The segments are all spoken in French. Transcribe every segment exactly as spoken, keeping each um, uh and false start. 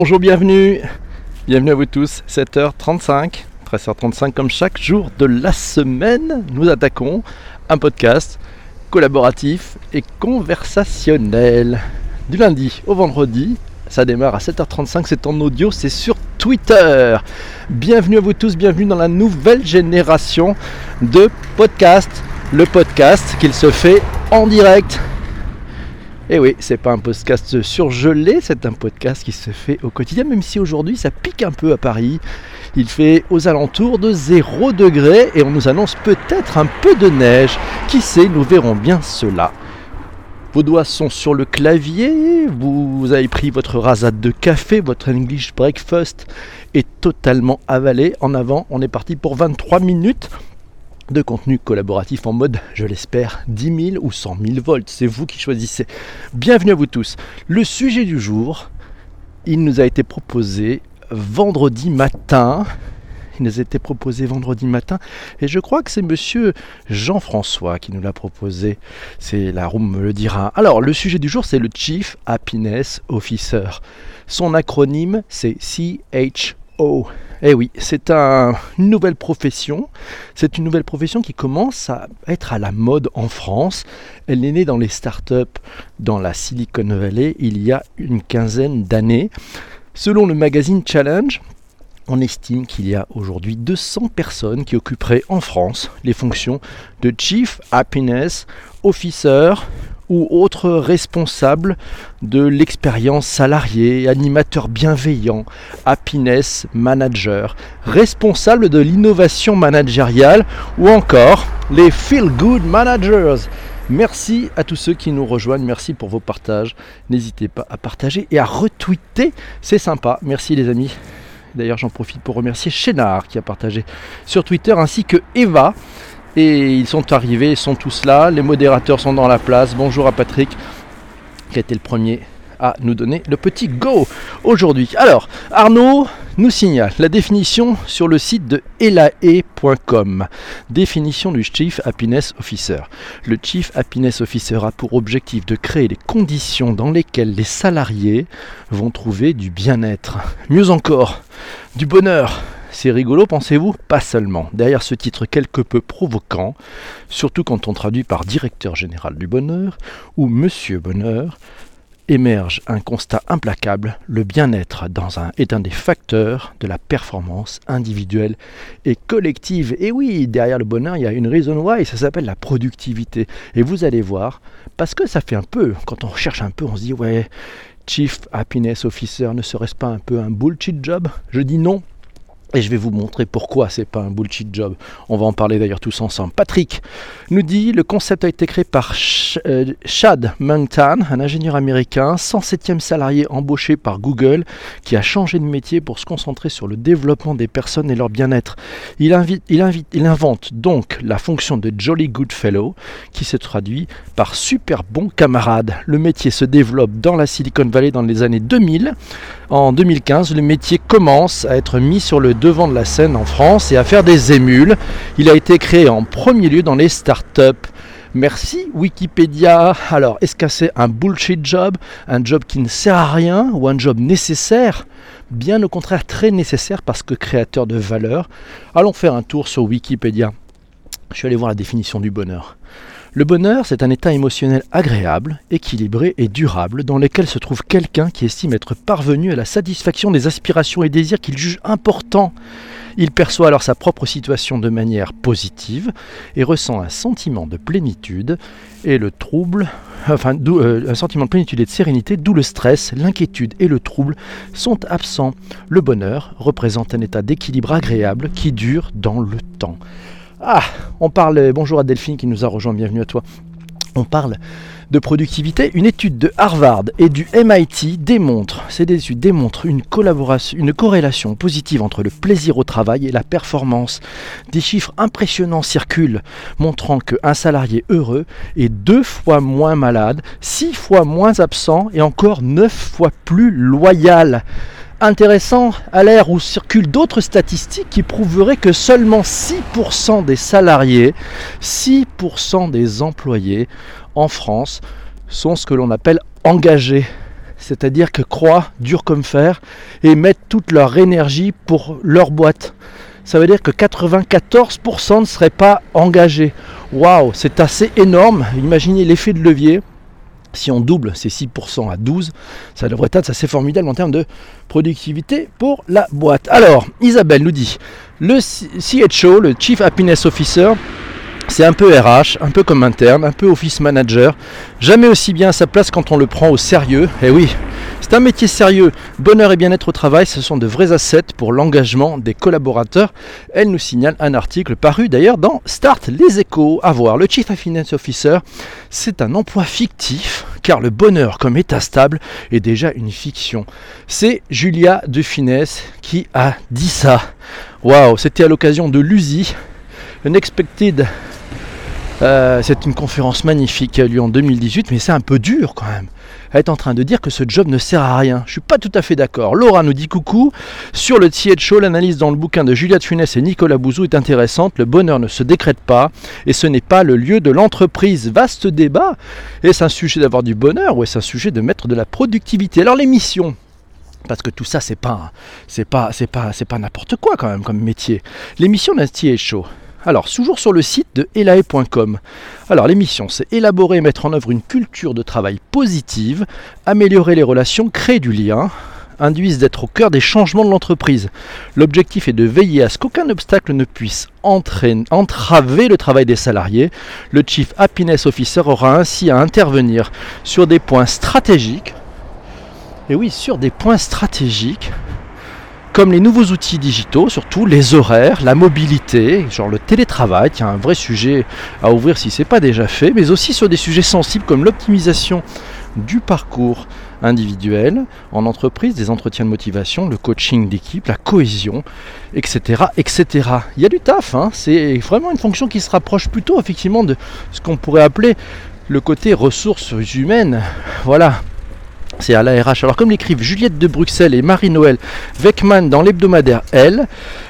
Bonjour, bienvenue, bienvenue à vous tous, sept heures trente-cinq, treize heures trente-cinq comme chaque jour de la semaine, nous attaquons un podcast collaboratif et conversationnel. Du lundi au vendredi, ça démarre à sept heures trente-cinq, c'est en audio, c'est sur Twitter. Bienvenue à vous tous, bienvenue dans la nouvelle génération de podcasts, le podcast qu'il se fait en direct. Et oui, c'est pas un podcast surgelé, c'est un podcast qui se fait au quotidien, même si aujourd'hui ça pique un peu à Paris. Il fait aux alentours de zéro degré et on nous annonce peut-être un peu de neige. Qui sait, nous verrons bien cela. Vos doigts sont sur le clavier, vous avez pris votre rasade de café, votre English breakfast est totalement avalé. En avant, on est parti pour vingt-trois minutes. De contenu collaboratif en mode, je l'espère, dix mille ou cent mille volts. C'est vous qui choisissez. Bienvenue à vous tous. Le sujet du jour, il nous a été proposé vendredi matin. Il nous a été proposé vendredi matin. Et je crois que c'est monsieur Jean-François qui nous l'a proposé. C'est la room me le dira. Alors, le sujet du jour, c'est le Chief Happiness Officer. Son acronyme, c'est C H O. Eh oui, c'est un, une nouvelle profession, c'est une nouvelle profession qui commence à être à la mode en France. Elle est née dans les startups dans la Silicon Valley il y a une quinzaine d'années. Selon le magazine Challenge, on estime qu'il y a aujourd'hui deux cents personnes qui occuperaient en France les fonctions de Chief Happiness Officer ou autres responsables de l'expérience salariée, animateur bienveillant, happiness manager, responsable de l'innovation managériale ou encore les feel good managers. Merci à tous ceux qui nous rejoignent, merci pour vos partages. N'hésitez pas à partager et à retweeter, c'est sympa. Merci les amis. D'ailleurs, j'en profite pour remercier Chénard qui a partagé sur Twitter ainsi que Eva. Et ils sont arrivés, ils sont tous là, les modérateurs sont dans la place. Bonjour à Patrick qui a été le premier à nous donner le petit go aujourd'hui. Alors, Arnaud nous signale la définition sur le site de elae point com. Définition du Chief Happiness Officer. Le Chief Happiness Officer a pour objectif de créer les conditions dans lesquelles les salariés vont trouver du bien-être. Mieux encore, du bonheur. C'est rigolo, pensez-vous? Pas seulement. Derrière ce titre quelque peu provoquant, surtout quand on traduit par directeur général du bonheur ou monsieur bonheur, émerge un constat implacable: le bien-être dans un, est un des facteurs de la performance individuelle et collective. Et oui, derrière le bonheur, il y a une reason why, ça s'appelle la productivité. Et vous allez voir, parce que ça fait un peu, quand on recherche un peu, on se dit, ouais, Chief Happiness Officer, ne serait-ce pas un peu un bullshit job? Je dis non. Et je vais vous montrer pourquoi c'est pas un bullshit job. On va en parler d'ailleurs tous ensemble. Patrick nous dit, le concept a été créé par Ch- euh, Chad Mungtan, un ingénieur américain, cent septième salarié embauché par Google, qui a changé de métier pour se concentrer sur le développement des personnes et leur bien-être. Il, invite, il, invite, il invente donc la fonction de Jolly Good Fellow, qui se traduit par super bon camarade. Le métier se développe dans la Silicon Valley dans les années deux mille. En deux mille quinze, le métier commence à être mis sur le devant de la scène en France et à faire des émules. Il a été créé en premier lieu dans les startups. Merci Wikipédia. Alors, est-ce que c'est un bullshit job, un job qui ne sert à rien ou un job nécessaire? Bien au contraire, très nécessaire parce que créateur de valeur. Allons faire un tour sur Wikipédia. Je suis allé voir la définition du bonheur. Le bonheur, c'est un état émotionnel agréable, équilibré et durable dans lequel se trouve quelqu'un qui estime être parvenu à la satisfaction des aspirations et désirs qu'il juge importants. Il perçoit alors sa propre situation de manière positive et ressent un sentiment de plénitude et le trouble, enfin d'où, euh, un sentiment de plénitude et de sérénité, d'où le stress, l'inquiétude et le trouble sont absents. Le bonheur représente un état d'équilibre agréable qui dure dans le temps. Ah, on parle, bonjour à Delphine qui nous a rejoint, bienvenue à toi. On parle de productivité. Une étude de Harvard et du M I T démontre, ces études démontrent une collaboration, une corrélation positive entre le plaisir au travail et la performance. Des chiffres impressionnants circulent, montrant qu'un salarié heureux est deux fois moins malade, six fois moins absent et encore neuf fois plus loyal. Intéressant à l'ère où circulent d'autres statistiques qui prouveraient que seulement six pour cent des salariés, six pour cent des employés en France sont ce que l'on appelle engagés. c'est-à-dire que croient dur comme fer et mettent toute leur énergie pour leur boîte. Ça veut dire que quatre-vingt-quatorze pour cent ne seraient pas engagés. Waouh, c'est assez énorme. Imaginez l'effet de levier. Si on double ces six pour cent à douze, ça devrait être assez formidable en termes de productivité pour la boîte. Alors, Isabelle nous dit, le C H O, le Chief Happiness Officer, c'est un peu R H, un peu comme interne, un peu office manager, jamais aussi bien à sa place quand on le prend au sérieux. Et oui, c'est un métier sérieux. Bonheur et bien-être au travail, ce sont de vrais assets pour l'engagement des collaborateurs. Elle nous signale un article paru d'ailleurs dans Start les Échos. À voir, le Chief Happiness Officer, c'est un emploi fictif, car le bonheur comme état stable est déjà une fiction. C'est Julia de Funès qui a dit ça. Waouh, c'était à l'occasion de l'U S I, Unexpected. Euh, c'est une conférence magnifique qui a eu lieu en deux mille dix-huit, mais c'est un peu dur quand même. Elle est en train de dire que ce job ne sert à rien. Je suis pas tout à fait d'accord. Laura nous dit coucou. Sur le C H O, l'analyse dans le bouquin de Julia de Funès et Nicolas Bouzou est intéressante. Le bonheur ne se décrète pas et ce n'est pas le lieu de l'entreprise. Vaste débat. Est-ce un sujet d'avoir du bonheur ou est-ce un sujet de mettre de la productivité? Alors les missions. Parce que tout ça, c'est pas, c'est pas, c'est pas, c'est pas n'importe quoi quand même comme métier. Les missions d'un C H O. Alors, toujours sur le site de elae point com. Alors, l'émission, c'est élaborer et mettre en œuvre une culture de travail positive, améliorer les relations, créer du lien, induisent d'être au cœur des changements de l'entreprise. L'objectif est de veiller à ce qu'aucun obstacle ne puisse entraîner, entraver le travail des salariés. Le Chief Happiness Officer aura ainsi à intervenir sur des points stratégiques, et oui, sur des points stratégiques, comme les nouveaux outils digitaux, surtout les horaires, la mobilité, genre le télétravail, qui est un vrai sujet à ouvrir si ce n'est pas déjà fait, mais aussi sur des sujets sensibles comme l'optimisation du parcours individuel en entreprise, des entretiens de motivation, le coaching d'équipe, la cohésion, et cetera, et cetera. Il y a du taf, hein, c'est vraiment une fonction qui se rapproche plutôt effectivement de ce qu'on pourrait appeler le côté ressources humaines. Voilà. C'est à l'A R H. Alors comme l'écrivent Juliette de Bruxelles et Marie-Noël Weckmann dans l'hebdomadaire Elle,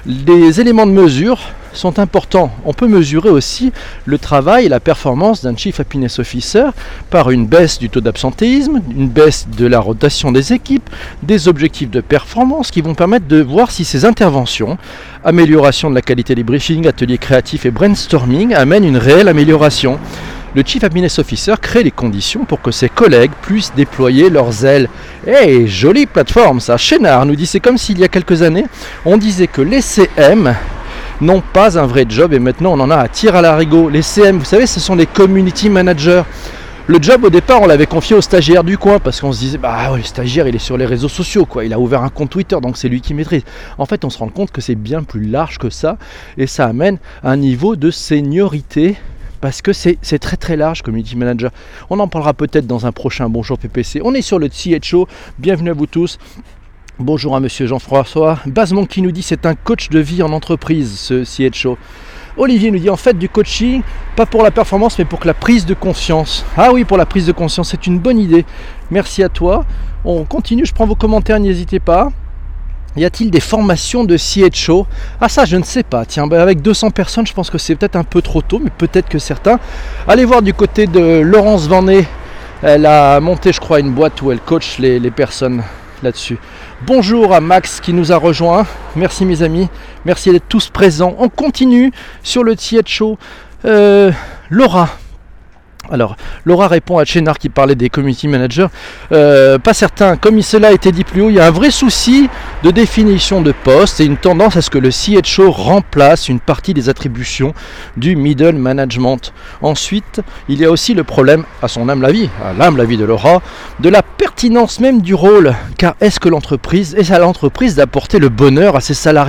les éléments de mesure sont importants. On peut mesurer aussi le travail et la performance d'un Chief Happiness Officer par une baisse du taux d'absentéisme, une baisse de la rotation des équipes, des objectifs de performance qui vont permettre de voir si ces interventions, amélioration de la qualité des briefings, ateliers créatifs et brainstorming, amènent une réelle amélioration. Le Chief Happiness Officer crée les conditions pour que ses collègues puissent déployer leurs ailes. Hey, jolie plateforme ça. Chénard nous dit, c'est comme s'il y a quelques années, on disait que les C M n'ont pas un vrai job et maintenant on en a à tir à l'arigot. Les C M, vous savez, ce sont les community managers. Le job au départ on l'avait confié au stagiaire du coin parce qu'on se disait bah ouais, le stagiaire il est sur les réseaux sociaux quoi, il a ouvert un compte Twitter donc c'est lui qui maîtrise. En fait on se rend compte que c'est bien plus large que ça et ça amène un niveau de seniorité. Parce que c'est, c'est très très large, Community Manager. On en parlera peut-être dans un prochain Bonjour P P C. On est sur le C H O. Bienvenue à vous tous. Bonjour à Monsieur Jean-François. Bazmon qui nous dit c'est un coach de vie en entreprise, ce C H O. Olivier nous dit en fait du coaching, pas pour la performance, mais pour la prise de conscience. Ah oui, pour la prise de conscience, c'est une bonne idée. Merci à toi. On continue, je prends vos commentaires, n'hésitez pas. Y a-t-il des formations de C H O? Ah ça je ne sais pas, tiens, bah avec deux cents personnes je pense que c'est peut-être un peu trop tôt, mais peut-être que certains. Allez voir du côté de Laurence Vanet, elle a monté je crois une boîte où elle coach les, les personnes là-dessus. Bonjour à Max qui nous a rejoint, merci mes amis, merci d'être tous présents. On continue sur le C H O. Euh, Laura. Alors, Laura répond à Chénard qui parlait des community managers. Euh, pas certain, comme cela a été dit plus haut, il y a un vrai souci de définition de poste et une tendance à ce que le C H O remplace une partie des attributions du middle management. Ensuite, il y a aussi le problème, à son humble avis, à l'humble avis de Laura, de la pertinence même du rôle. Car est-ce que l'entreprise, est-ce à l'entreprise d'apporter le bonheur à ses salariés ?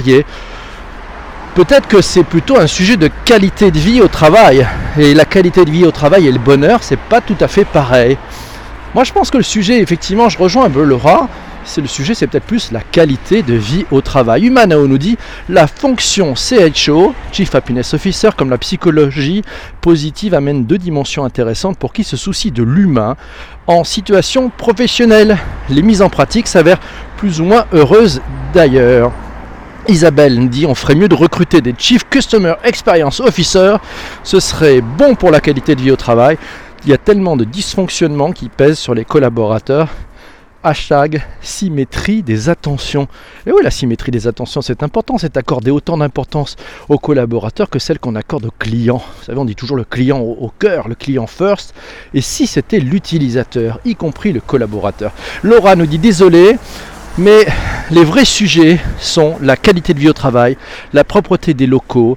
Peut-être que c'est plutôt un sujet de qualité de vie au travail. Et la qualité de vie au travail et le bonheur, c'est pas tout à fait pareil. Moi, je pense que le sujet, effectivement, je rejoins un peu Laura, c'est le sujet, c'est peut-être plus la qualité de vie au travail. Humanao nous dit, la fonction C H O, Chief Happiness Officer, comme la psychologie positive, amène deux dimensions intéressantes pour qui se soucie de l'humain en situation professionnelle. Les mises en pratique s'avèrent plus ou moins heureuses d'ailleurs. Isabelle nous dit on ferait mieux de recruter des Chief Customer Experience Officer, ce serait bon pour la qualité de vie au travail. Il y a tellement de dysfonctionnements qui pèsent sur les collaborateurs Hashtag symétrie des attentions. Et oui, la symétrie des attentions, c'est important, c'est accorder autant d'importance aux collaborateurs que celle qu'on accorde aux clients. Vous savez, on dit toujours le client au, au cœur, le client first. Et si c'était l'utilisateur, y compris le collaborateur. Laura nous dit désolé, mais les vrais sujets sont la qualité de vie au travail, la propreté des locaux,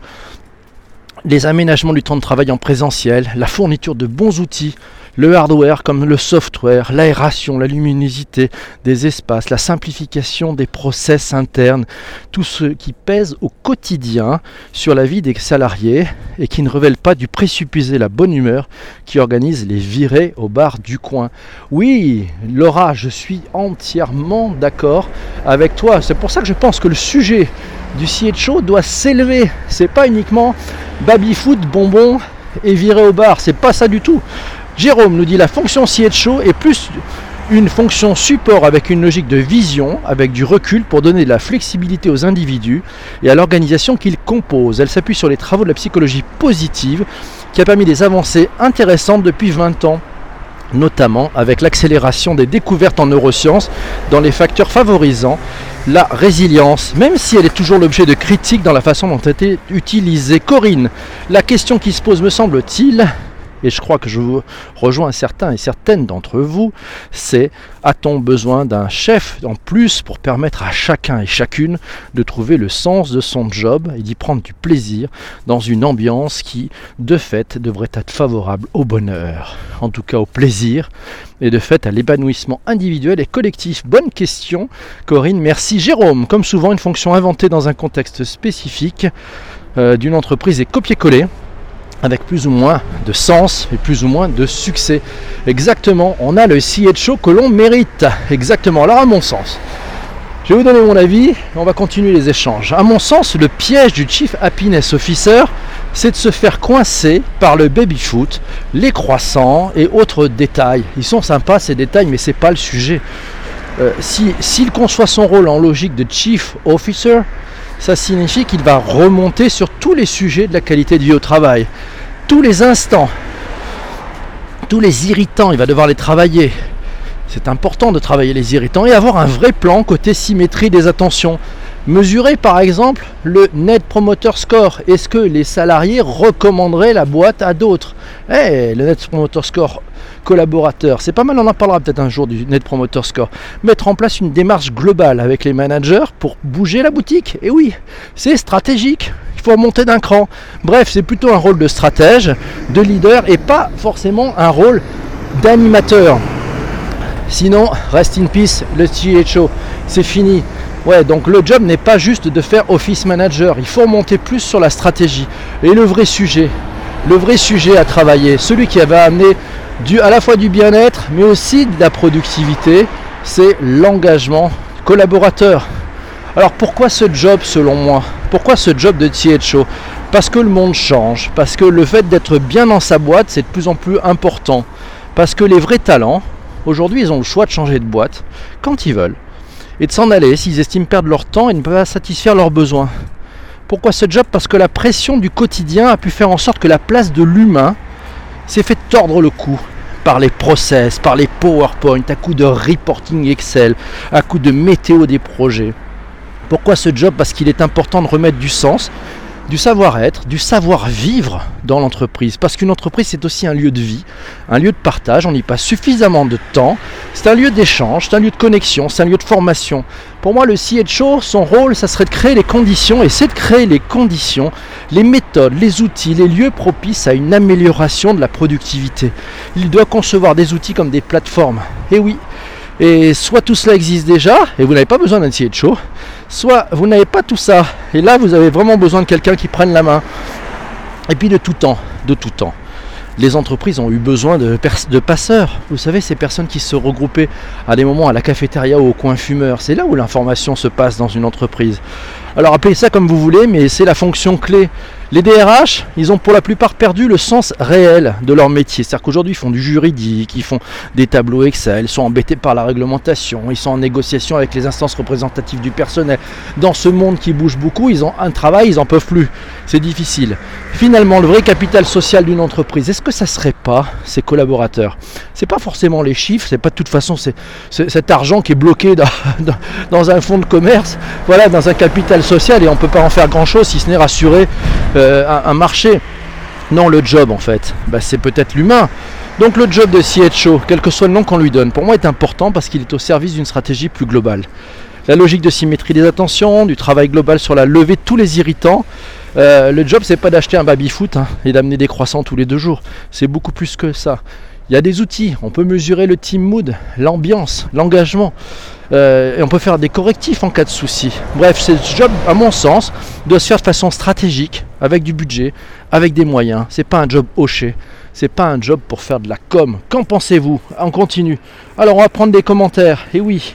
les aménagements du temps de travail en présentiel, la fourniture de bons outils, le hardware comme le software, l'aération, la luminosité des espaces, la simplification des process internes, tout ce qui pèse au quotidien sur la vie des salariés et qui ne révèle pas du présupposé la bonne humeur qui organise les virées au bar du coin. Oui, Laura, je suis entièrement d'accord avec toi. C'est pour ça que je pense que le sujet du C H O doit s'élever. C'est pas uniquement baby-foot, bonbons et virer au bar. C'est pas ça du tout. Jérôme nous dit la fonction C H O est plus une fonction support avec une logique de vision, avec du recul pour donner de la flexibilité aux individus et à l'organisation qu'ils composent. Elle s'appuie sur les travaux de la psychologie positive qui a permis des avancées intéressantes depuis vingt ans, notamment avec l'accélération des découvertes en neurosciences dans les facteurs favorisant la résilience, même si elle est toujours l'objet de critiques dans la façon dont elle a été utilisée. Corinne, la question qui se pose me semble-t-il, et je crois que je vous rejoins certains et certaines d'entre vous, c'est a-t-on besoin d'un chef en plus pour permettre à chacun et chacune de trouver le sens de son job et d'y prendre du plaisir dans une ambiance qui, de fait, devrait être favorable au bonheur, en tout cas au plaisir, et de fait à l'épanouissement individuel et collectif. Bonne question, Corinne, merci. Jérôme, comme souvent, une fonction inventée dans un contexte spécifique euh, d'une entreprise est copier-coller, avec plus ou moins de sens et plus ou moins de succès. Exactement, on a le C H O que l'on mérite. Exactement, alors à mon sens, je vais vous donner mon avis et on va continuer les échanges. À mon sens, le piège du Chief Happiness Officer, c'est de se faire coincer par le baby-foot, les croissants et autres détails. Ils sont sympas ces détails, mais c'est pas le sujet. Euh, si, s'il conçoit son rôle en logique de Chief Officer, ça signifie qu'il va remonter sur tous les sujets de la qualité de vie au travail. Tous les instants, tous les irritants, il va devoir les travailler. C'est important de travailler les irritants et avoir un vrai plan côté symétrie des attentions. Mesurer par exemple le Net Promoter Score. Est-ce que les salariés recommanderaient la boîte à d'autres ? Eh, le Net Promoter Score collaborateur, c'est pas mal, on en parlera peut-être un jour du Net Promoter Score. Mettre en place une démarche globale avec les managers pour bouger la boutique. Et oui, c'est stratégique. Il faut remonter d'un cran. Bref, c'est plutôt un rôle de stratège, de leader et pas forcément un rôle d'animateur. Sinon, rest in peace, le C H O, c'est fini. Ouais, donc le job n'est pas juste de faire office manager, il faut remonter plus sur la stratégie. Et le vrai sujet, le vrai sujet à travailler, celui qui va amener du, à la fois du bien-être, mais aussi de la productivité, c'est l'engagement collaborateur. Alors pourquoi ce job selon moi ? Pourquoi ce job de C H O ? Parce que le monde change, parce que le fait d'être bien dans sa boîte, c'est de plus en plus important. Parce que les vrais talents, aujourd'hui, ils ont le choix de changer de boîte quand ils veulent. Et de s'en aller s'ils estiment perdre leur temps et ne peuvent pas satisfaire leurs besoins. Pourquoi ce job ? Parce que la pression du quotidien a pu faire en sorte que la place de l'humain s'est fait tordre le cou par les process, par les PowerPoint, à coup de reporting Excel, à coup de météo des projets. Pourquoi ce job ? Parce qu'il est important de remettre du sens, du savoir-être, du savoir-vivre dans l'entreprise. Parce qu'une entreprise, c'est aussi un lieu de vie, un lieu de partage, on y passe suffisamment de temps. C'est un lieu d'échange, c'est un lieu de connexion, c'est un lieu de formation. Pour moi, le C H O, son rôle, ça serait de créer les conditions, et c'est de créer les conditions, les méthodes, les outils, les lieux propices à une amélioration de la productivité. Il doit concevoir des outils comme des plateformes. Et oui, et soit tout cela existe déjà, et vous n'avez pas besoin d'un C H O, soit vous n'avez pas tout ça, et là vous avez vraiment besoin de quelqu'un qui prenne la main. Et puis de tout temps, de tout temps. Les entreprises ont eu besoin de, pers- de passeurs. Vous savez, ces personnes qui se regroupaient à des moments à la cafétéria ou au coin fumeur. C'est là où l'information se passe dans une entreprise. Alors appelez ça comme vous voulez, mais c'est la fonction clé. Les D R H, ils ont pour la plupart perdu le sens réel de leur métier. C'est-à-dire qu'aujourd'hui, ils font du juridique, ils font des tableaux Excel, ils sont embêtés par la réglementation, ils sont en négociation avec les instances représentatives du personnel. Dans ce monde qui bouge beaucoup, ils ont un travail, ils n'en peuvent plus. C'est difficile. Finalement, le vrai capital social d'une entreprise, est-ce que ça ne serait pas ses collaborateurs? C'est pas forcément les chiffres, c'est pas de toute façon c'est, c'est cet argent qui est bloqué dans, dans, dans un fonds de commerce, voilà, dans un capital social, et on ne peut pas en faire grand-chose si ce n'est rassurer euh, un, un marché. Non, le job en fait, bah, c'est peut-être l'humain. Donc le job de C H O, quel que soit le nom qu'on lui donne, pour moi est important parce qu'il est au service d'une stratégie plus globale. La logique de symétrie des attentions, du travail global sur la levée de tous les irritants. Euh, le job, c'est pas d'acheter un baby-foot hein, et d'amener des croissants tous les deux jours. C'est beaucoup plus que ça. Il y a des outils, on peut mesurer le team mood, l'ambiance, l'engagement. Euh, et on peut faire des correctifs en cas de souci. Bref, ce job, à mon sens, doit se faire de façon stratégique, avec du budget, avec des moyens. C'est pas un job hoché. C'est pas un job pour faire de la com. Qu'en pensez-vous? On continue. Alors, on va prendre des commentaires. Et oui.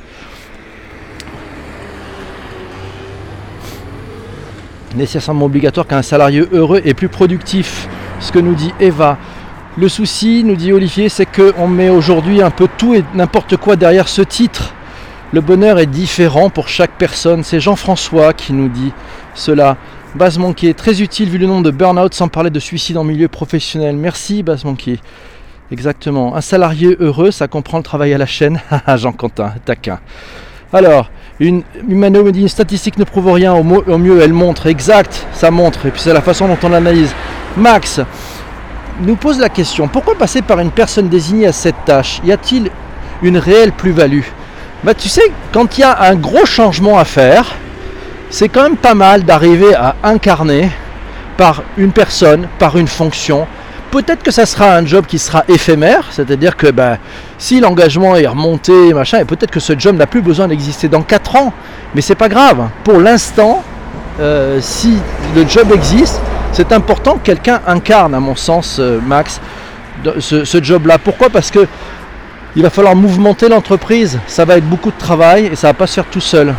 Nécessairement obligatoire qu'un salarié heureux et plus productif. Ce que nous dit Eva. Le souci, nous dit Olivier, c'est qu'on met aujourd'hui un peu tout et n'importe quoi derrière ce titre. Le bonheur est différent pour chaque personne. C'est Jean-François qui nous dit cela. Baz Monkey, très utile vu le nombre de burn-out sans parler de suicide en milieu professionnel. Merci Baz Monkey. Exactement. Un salarié heureux, ça comprend le travail à la chaîne. Jean-Quentin, taquin. Alors, une Humano me dit une statistique ne prouve rien, au, mo- au mieux elle montre. Exact, ça montre. Et puis c'est la façon dont on l'analyse. Max nous pose la question, pourquoi passer par une personne désignée à cette tâche? Y a-t-il une réelle plus-value? Bah, tu sais, quand il y a un gros changement à faire, c'est quand même pas mal d'arriver à incarner par une personne, par une fonction. Peut-être que ça sera un job qui sera éphémère, c'est-à-dire que bah, si l'engagement est remonté, machin, et peut-être que ce job n'a plus besoin d'exister dans quatre ans, mais c'est pas grave. Pour l'instant, euh, si le job existe, c'est important que quelqu'un incarne, à mon sens, euh, Max, ce, ce job-là. Pourquoi? Parce que il va falloir mouvementer l'entreprise, ça va être beaucoup de travail et ça va pas se faire tout seul.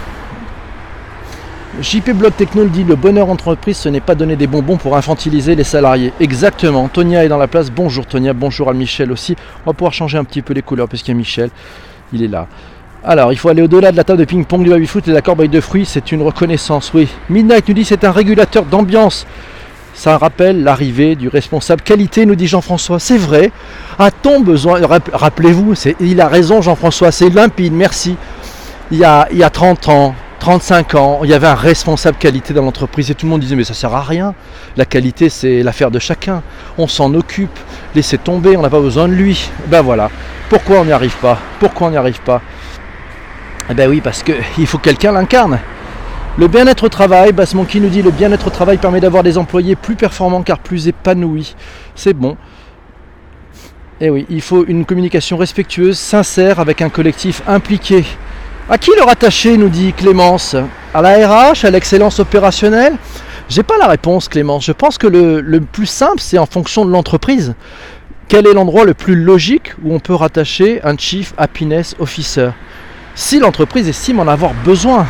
J P Blog Techno le dit, le bonheur entreprise, ce n'est pas donner des bonbons pour infantiliser les salariés. Exactement, Tonia est dans la place. Bonjour Tonia, bonjour à Michel aussi. On va pouvoir changer un petit peu les couleurs puisqu'il y a Michel, il est là. Alors, il faut aller au-delà de la table de ping-pong du baby-foot et de la corbeille de fruits, c'est une reconnaissance, oui. Midnight nous dit, c'est un régulateur d'ambiance. Ça rappelle l'arrivée du responsable qualité, nous dit Jean-François. C'est vrai. A-t-on besoin... Rappelez-vous, c'est... il a raison Jean-François, c'est limpide, merci. Il y a, il y a trente ans, trente-cinq ans, il y avait un responsable qualité dans l'entreprise et tout le monde disait mais ça sert à rien. La qualité, c'est l'affaire de chacun. On s'en occupe. Laissez tomber, on n'a pas besoin de lui. Ben voilà. Pourquoi on n'y arrive pas? Pourquoi on n'y arrive pas? Eh ben oui, parce qu'il faut que quelqu'un l'incarne. Le bien-être au travail, Baz Monkey nous dit, le bien-être au travail permet d'avoir des employés plus performants car plus épanouis. C'est bon. Et oui, il faut une communication respectueuse, sincère, avec un collectif impliqué. À qui le rattacher, nous dit Clémence? À la R H, à l'excellence opérationnelle? J'ai pas la réponse, Clémence. Je pense que le, le plus simple, c'est en fonction de l'entreprise. Quel est l'endroit le plus logique où on peut rattacher un Chief Happiness Officer? Si l'entreprise estime en avoir besoin.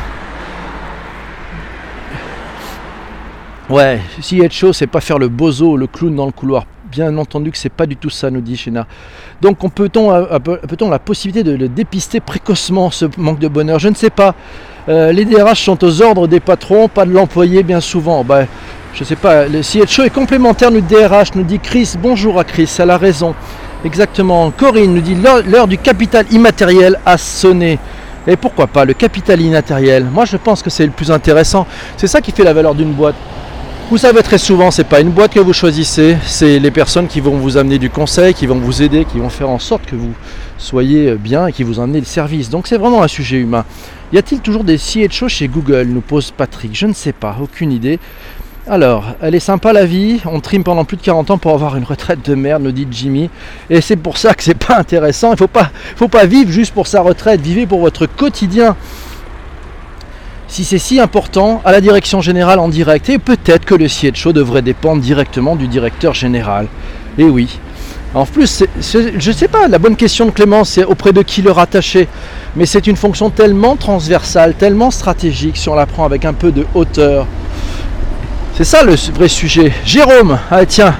Ouais, si être chaud, c'est pas faire le bozo, le clown dans le couloir. Bien entendu que c'est pas du tout ça, nous dit Shena. Donc on peut-on, peut-on la possibilité de le dépister précocement, ce manque de bonheur? Je ne sais pas. Euh, les D R H sont aux ordres des patrons, pas de l'employé bien souvent. Bah, je sais pas. Le si être chaud est complémentaire, nous D R H, nous dit Chris. Bonjour à Chris, elle a raison. Exactement. Corinne nous dit l'heure, l'heure du capital immatériel a sonné. Et pourquoi pas le capital immatériel? Moi je pense que c'est le plus intéressant. C'est ça qui fait la valeur d'une boîte. Vous savez, très souvent, c'est pas une boîte que vous choisissez, c'est les personnes qui vont vous amener du conseil, qui vont vous aider, qui vont faire en sorte que vous soyez bien et qui vous amener le service. Donc c'est vraiment un sujet humain. Y a-t-il toujours des C H O chez Google, nous pose Patrick. Je ne sais pas, aucune idée. Alors, elle est sympa la vie, on trime pendant plus de quarante ans pour avoir une retraite de merde, nous dit Jimmy. Et c'est pour ça que c'est pas intéressant, il faut pas, faut pas vivre juste pour sa retraite, vivez pour votre quotidien. Si c'est si important, à la direction générale en direct, et peut-être que le C H O devrait dépendre directement du directeur général. Et oui, En plus, c'est, c'est, je ne sais pas, la bonne question de Clément, c'est auprès de qui le rattacher. Mais c'est une fonction tellement transversale, tellement stratégique, si on la prend avec un peu de hauteur. C'est ça le vrai sujet. Jérôme, ah tiens,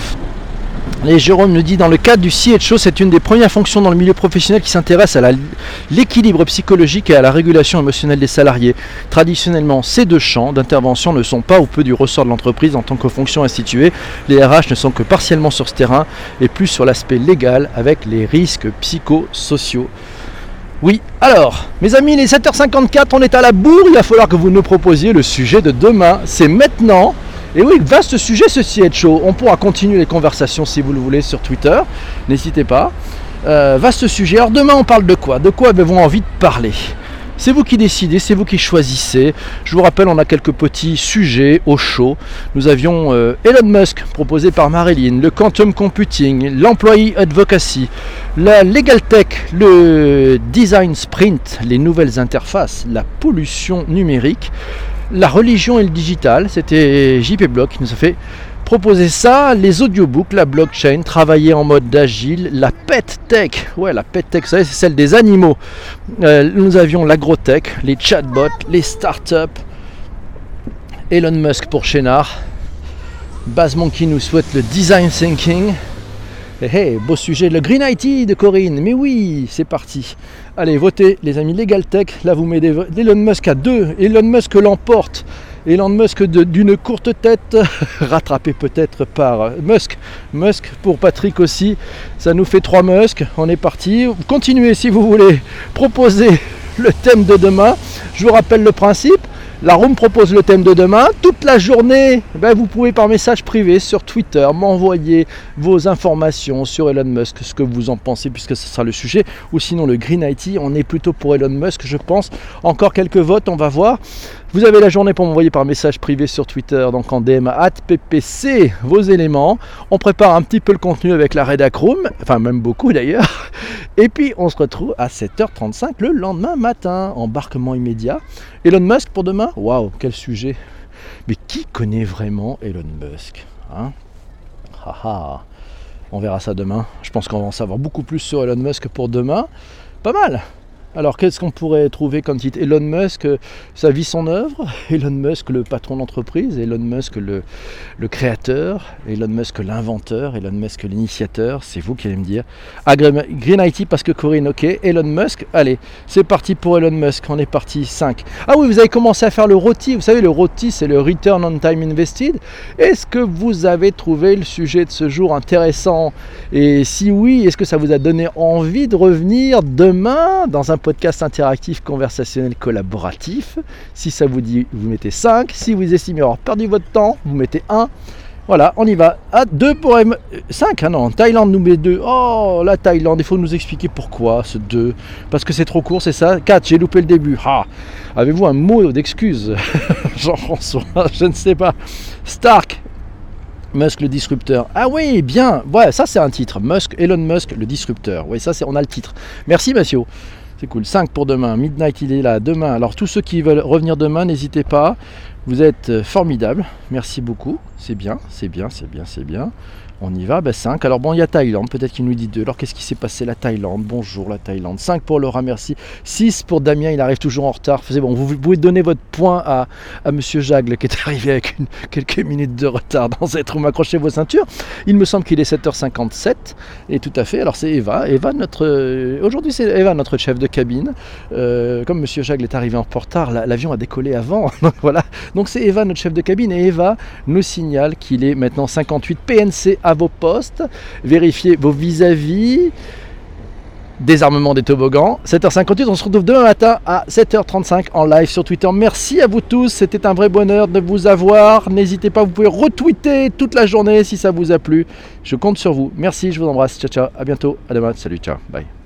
et Jérôme nous dit, dans le cadre du C H O, c'est une des premières fonctions dans le milieu professionnel qui s'intéresse à la, l'équilibre psychologique et à la régulation émotionnelle des salariés. Traditionnellement, ces deux champs d'intervention ne sont pas ou peu du ressort de l'entreprise en tant que fonction instituée. Les R H ne sont que partiellement sur ce terrain et plus sur l'aspect légal avec les risques psychosociaux. Oui, alors, mes amis, les sept heures cinquante-quatre, on est à la bourre, il va falloir que vous nous proposiez le sujet de demain. C'est maintenant. Et oui, vaste sujet ce C H O. On pourra continuer les conversations si vous le voulez sur Twitter. N'hésitez pas. Euh, vaste sujet. Alors demain, on parle de quoi ? De quoi avez-vous envie de parler ? C'est vous qui décidez, c'est vous qui choisissez. Je vous rappelle, on a quelques petits sujets au chaud. Nous avions euh, Elon Musk, proposé par Marilyn, le quantum computing, l'employee advocacy, la legal tech, le design sprint, les nouvelles interfaces, la pollution numérique, la religion et le digital. C'était J P Block qui nous a fait proposer ça, les audiobooks, la blockchain, travailler en mode agile, la pet tech, ouais la pet tech, vous savez, c'est celle des animaux. Euh, nous avions l'agrotech, les chatbots, les startups, Elon Musk pour Chénard, Baz Monkey nous souhaite le design thinking. Hey, hey, beau sujet, le Green I T de Corinne, mais oui, c'est parti. Allez, votez les amis, Legal Tech, là vous mettez Elon Musk à deux, Elon Musk l'emporte. Elon Musk de, d'une courte tête, rattrapé peut-être par Musk. Musk pour Patrick aussi, ça nous fait trois Musk, on est parti. Continuez si vous voulez, proposez le thème de demain. Je vous rappelle le principe, la room propose le thème de demain. Toute la journée, ben vous pouvez par message privé sur Twitter m'envoyer vos informations sur Elon Musk, ce que vous en pensez puisque ce sera le sujet. Ou sinon le Green I T, on est plutôt pour Elon Musk je pense. Encore quelques votes, on va voir. Vous avez la journée pour m'envoyer par message privé sur Twitter, donc en D M arobase P P C, vos éléments. On prépare un petit peu le contenu avec la Redac Room, enfin même beaucoup d'ailleurs. Et puis on se retrouve à sept heures trente-cinq le lendemain matin. Embarquement immédiat. Elon Musk pour demain ? Waouh, quel sujet. Mais qui connaît vraiment Elon Musk, hein ? Haha. On verra ça demain. Je pense qu'on va en savoir beaucoup plus sur Elon Musk pour demain. Pas mal. Alors qu'est-ce qu'on pourrait trouver comme titre ? Elon Musk, sa vie, son œuvre. Elon Musk, le patron d'entreprise. Elon Musk, le, le créateur. Elon Musk, l'inventeur. Elon Musk, l'initiateur. C'est vous qui allez me dire. Ah, Green I T parce que Corinne, ok. Elon Musk, allez, c'est parti pour Elon Musk. On est parti cinq. Ah oui, vous avez commencé à faire le R O T I. Vous savez, le R O T I, c'est le Return on Time Invested. Est-ce que vous avez trouvé le sujet de ce jour intéressant ? Et si oui, est-ce que ça vous a donné envie de revenir demain dans un podcast interactif, conversationnel, collaboratif? Si ça vous dit, vous mettez cinq. Si vous estimez avoir perdu votre temps, vous mettez un. Voilà, on y va. Ah, deux pour M... cinq, ah non, Thaïlande nous met deux. Oh, la Thaïlande, il faut nous expliquer pourquoi ce deux. Parce que c'est trop court, c'est ça. quatre, j'ai loupé le début. Ah, avez-vous un mot d'excuse Jean-François, je ne sais pas. Stark, Musk le disrupteur. Ah oui, bien. Ouais, ça c'est un titre. Musk, Elon Musk le disrupteur. Oui, ça c'est, on a le titre. Merci Mathieu. C'est cool. cinq pour demain. Midnight, il est là. Demain. Alors tous ceux qui veulent revenir demain, n'hésitez pas. Vous êtes formidables. Merci beaucoup. C'est bien, c'est bien, c'est bien, c'est bien. On y va, ben cinq. Alors bon, il y a Thaïlande, peut-être qu'il nous dit deux. Alors qu'est-ce qui s'est passé la Thaïlande? Bonjour la Thaïlande. cinq pour Laura, merci. six pour Damien, il arrive toujours en retard. C'est bon, vous, vous pouvez donner votre point à, à Monsieur Jagle qui est arrivé avec une, quelques minutes de retard dans cette room. Accrochez vos ceintures. Il me semble qu'il est sept heures cinquante-sept. Et tout à fait, alors c'est Eva. Eva notre, euh, aujourd'hui c'est Eva notre chef de cabine. Euh, comme Monsieur Jagle est arrivé en retard, la, l'avion a décollé avant. Donc voilà. Donc c'est Eva notre chef de cabine. Et Eva nous signale qu'il est maintenant cinquante-huit P N C à vos postes, vérifiez vos vis-à-vis, désarmement des toboggans. sept heures cinquante-huit, on se retrouve demain matin à sept heures trente-cinq en live sur Twitter. Merci à vous tous, c'était un vrai bonheur de vous avoir. N'hésitez pas, vous pouvez retweeter toute la journée si ça vous a plu. Je compte sur vous. Merci, je vous embrasse. Ciao, ciao, à bientôt, à demain. Salut, ciao, bye.